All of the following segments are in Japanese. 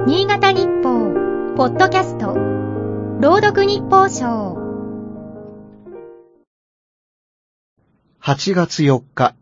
新潟日報ポッドキャスト朗読日報賞 8月4日、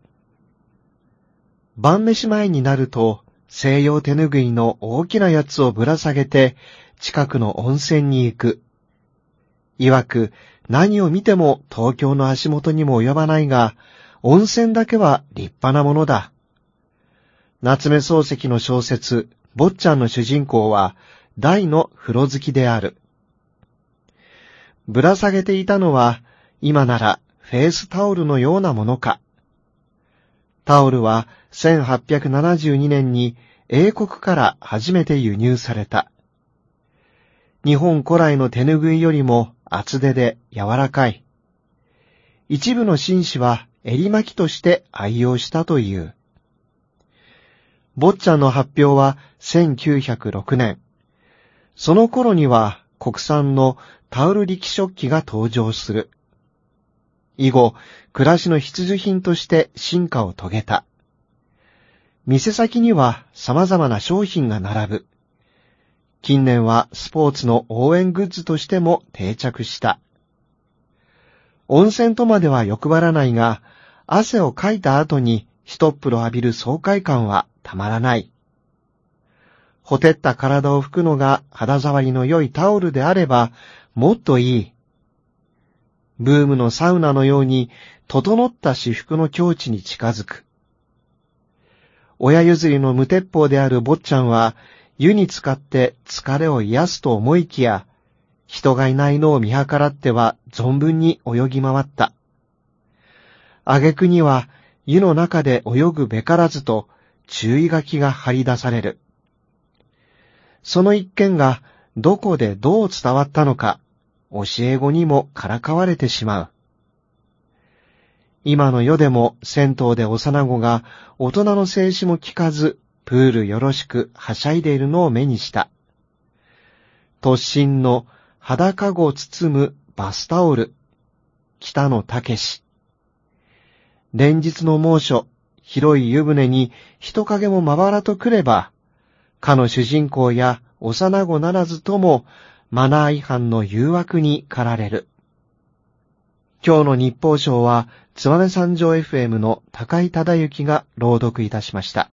晩飯前になると西洋手ぬぐいの大きなやつをぶら下げて近くの温泉に行く。曰く何を見ても東京の足元にも及ばないが、温泉だけは立派なものだ。夏目漱石の小説坊ちゃんの主人公は大の風呂好きである。ぶら下げていたのは今ならフェイスタオルのようなものか。タオルは1872年に英国から初めて輸入された。日本古来の手ぬぐいよりも厚手で柔らかい。一部の紳士は襟巻きとして愛用したという。坊ちゃんの発表は1906年。その頃には国産のタオル力食器が登場する。以後、暮らしの必需品として進化を遂げた。店先には様々な商品が並ぶ。近年はスポーツの応援グッズとしても定着した。温泉とまでは欲張らないが、汗をかいた後に一っ風呂浴びる爽快感はたまらない。ほてった体を拭くのが肌触りの良いタオルであればもっといい。ブームのサウナのように整った至福の境地に近づく。親譲りの無鉄砲である坊ちゃんは湯に浸かって疲れを癒すと思いきや、人がいないのを見計らっては存分に泳ぎ回った。挙句には湯の中で泳ぐべからずと注意書きが張り出される。その一件がどこでどう伝わったのか、教え子にもからかわれてしまう。今の世でも銭湯で幼子が大人の制止も聞かず、プールよろしくはしゃいでいるのを目にした。突身の裸子を包むバスタオル、北野武。連日の猛暑、広い湯船に人影もまばらと来れば、かの主人公や幼子ならずともマナー違反の誘惑に駆られる。今日の日報賞は燕三条 FM の高井忠幸が朗読いたしました。